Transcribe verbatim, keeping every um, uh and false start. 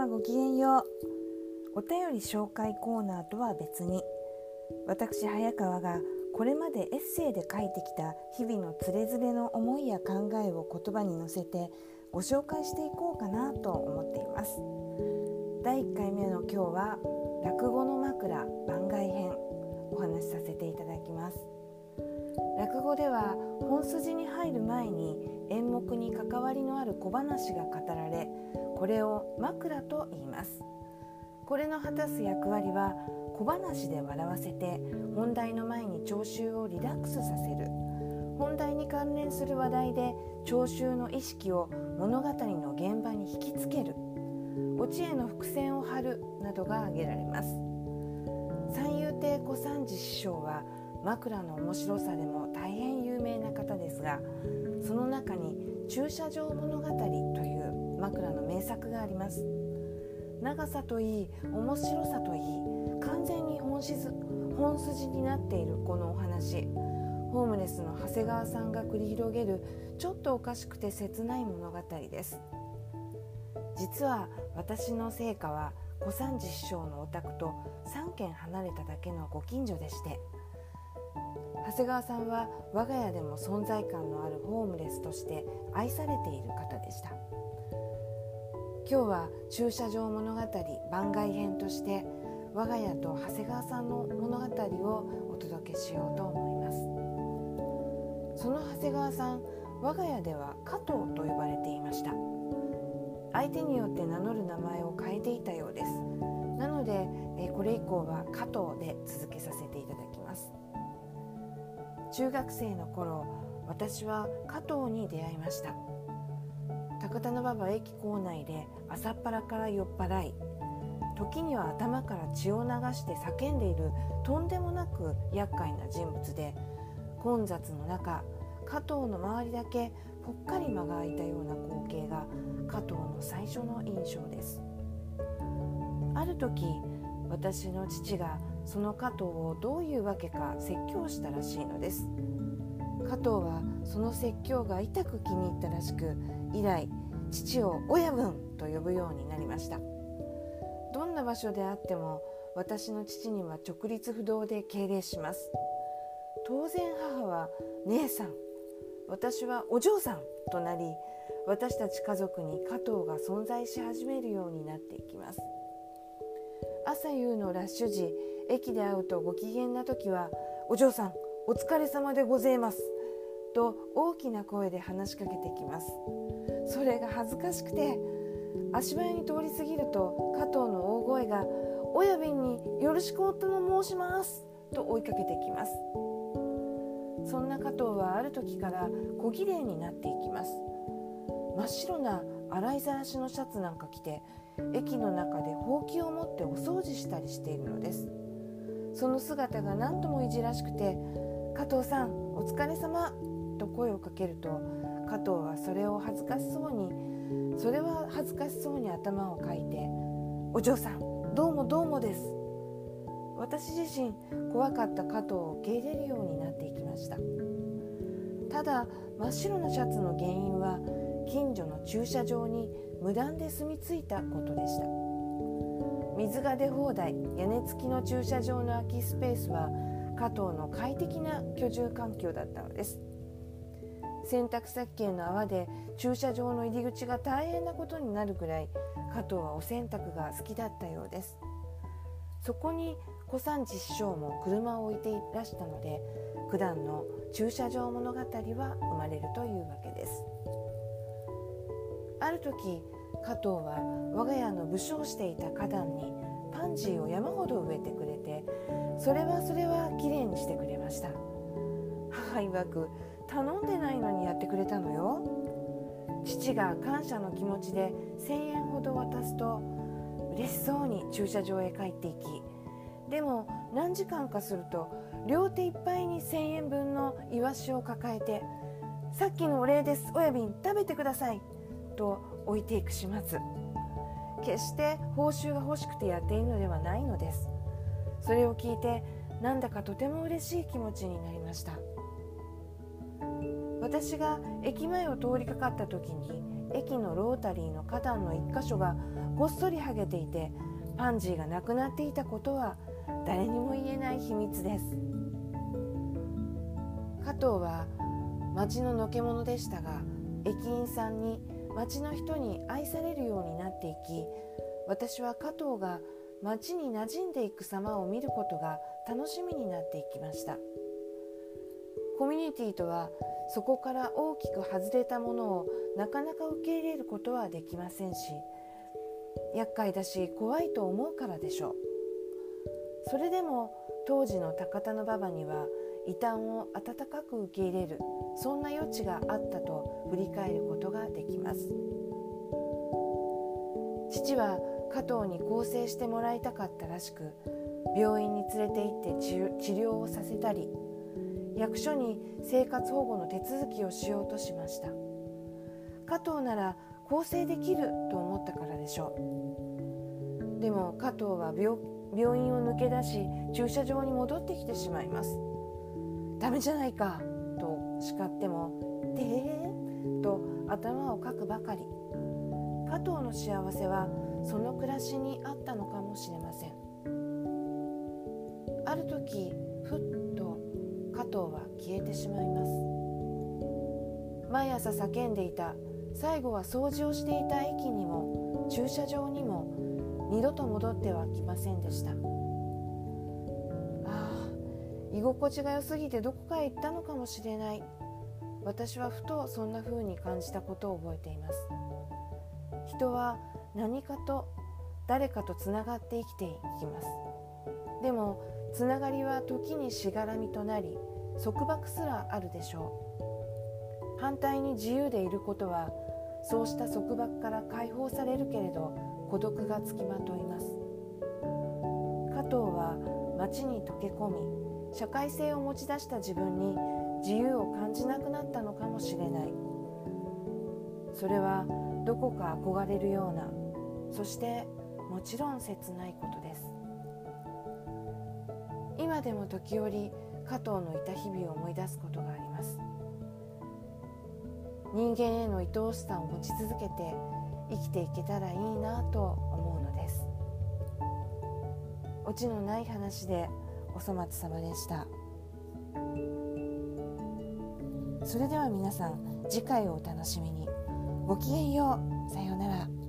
はごきげんよう。お便り紹介コーナーとは別に、私早川がこれまでエッセイで書いてきた日々のつれづれの思いや考えを言葉に乗せてご紹介していこうかなと思っています。だいいっかいめの今日は落語の枕番外編お話しさせていただきます。落語では本筋に入る前に演目に関わりのある小話が語られ、これを枕と言います。これの果たす役割は小話で笑わせて本題の前に聴衆をリラックスさせる、本題に関連する話題で聴衆の意識を物語の現場に引きつける、オチへの伏線を張るなどが挙げられます。三遊亭小三治師匠は枕の面白さでも大変有名な方ですが、その中に駐車場物語という枕の名作があります。長さといい面白さといい、完全に本質、本筋になっているこのお話、ホームレスの長谷川さんが繰り広げるちょっとおかしくて切ない物語です。実は私の生家は小三治師匠のお宅とさんけん離れただけのご近所でして、長谷川さんは我が家でも存在感のあるホームレスとして愛されている方でした。今日は駐車場物語番外編として我が家と長谷川さんの物語をお届けしようと思います。その長谷川さん、我が家では加藤と呼ばれていました。相手によって名乗る名前を変えていたようです。なのでこれ以降は加藤で続けさせていただきます。中学生の頃、私は加藤に出会いました。高田馬場駅構内で朝っぱらから酔っ払い、時には頭から血を流して叫んでいるとんでもなく厄介な人物で、混雑の中、加藤の周りだけぽっかり間が空いたような光景が加藤の最初の印象です。ある時、私の父がその加藤をどういうわけか説教したらしいのです。加藤はその説教が痛く気に入ったらしく、以来父を親分と呼ぶようになりました。どんな場所であっても私の父には直立不動で敬礼します。当然母は姉さん、私はお嬢さんとなり、私たち家族に加藤が存在し始めるようになっていきます。朝夕のラッシュ時、駅で会うとご機嫌な時は、お嬢さんお疲れ様でございますと大きな声で話しかけてきます。それが恥ずかしくて、足早に通り過ぎると加藤の大声が、親便によろしくおとの申しますと追いかけてきます。そんな加藤はある時から小綺麗になっていきます。真っ白な洗いざらしのシャツなんか着て、駅の中でほうきを持ってお掃除したりしているのです。その姿が何ともいじらしくて、加藤さんお疲れ様と声をかけると、加藤はそれを恥ずかしそうにそれは恥ずかしそうに頭をかいて、お嬢さんどうもどうもです。私自身怖かった加藤を受け入れるようになっていきました。ただ真っ白なシャツの原因は近所の駐車場に無断で住み着いたことでした。水が出放題、屋根付きの駐車場の空きスペースは加藤の快適な居住環境だったのです。洗濯石鹸の泡で駐車場の入り口が大変なことになるくらい、加藤はお洗濯が好きだったようです。そこに小三治師匠も車を置いていらしたので、九段の駐車場物語は生まれるというわけです。ある時、加藤は我が家の武将していた花壇にパンジーを山ほど植えてくれて、それはそれはきれいにしてくれました。母曰く、頼んでないのにやってくれたのよ。父が感謝の気持ちでせんえんほど渡すと、嬉しそうに駐車場へ帰っていき、でも何時間かすると両手いっぱいにせんえんぶんのイワシを抱えて、さっきのお礼です、親便食べてくださいと置いていく始末。決して報酬が欲しくてやっているのではないのです。それを聞いて、なんだかとても嬉しい気持ちになりました。私が駅前を通りかかった時に駅のロータリーの花壇の一箇所がごっそり剥げていて、パンジーがなくなっていたことは誰にも言えない秘密です。加藤は町ののけ者でしたが、駅員さんに町の人に愛されるようになっていき、私は加藤が町に馴染んでいく様を見ることが楽しみになっていきました。コミュニティとはそこから大きく外れたものをなかなか受け入れることはできませんし、厄介だし怖いと思うからでしょう。それでも当時の高田馬場には異端を温かく受け入れる、そんな余地があったと振り返ることができます。父は加藤に更生してもらいたかったらしく、病院に連れて行って治療をさせたり、役所に生活保護の手続きをしようとしました。加藤なら更生できると思ったからでしょう。でも加藤は 病, 病院を抜け出し、駐車場に戻ってきてしまいます。ダメじゃないかと叱っても、でーと頭をかくばかり。加藤の幸せはその暮らしにあったのかもしれません。ある時、ふっと加藤は消えてしまいます。毎朝叫んでいた、最後は掃除をしていた駅にも駐車場にも二度と戻ってはきませんでした。ああ、居心地が良すぎてどこかへ行ったのかもしれない。私はふとそんな風に感じたことを覚えています。人は何かと誰かとつながって生きていきます。でもつながりは時にしがらみとなり、束縛すらあるでしょう。反対に自由でいることは、そうした束縛から解放されるけれど孤独がつきまといます。加藤は街に溶け込み、社会性を持ち出した自分に自由を感じなくなったのかもしれない。それはどこか憧れるような、そしてもちろん切ないことです。今でも時折加藤のいた日々を思い出すことがあります。人間への愛おしさを持ち続けて生きていけたらいいなと思うのです。オチのない話でお粗末様でした。それでは皆さん、次回をお楽しみに。ごきげんよう。さようなら。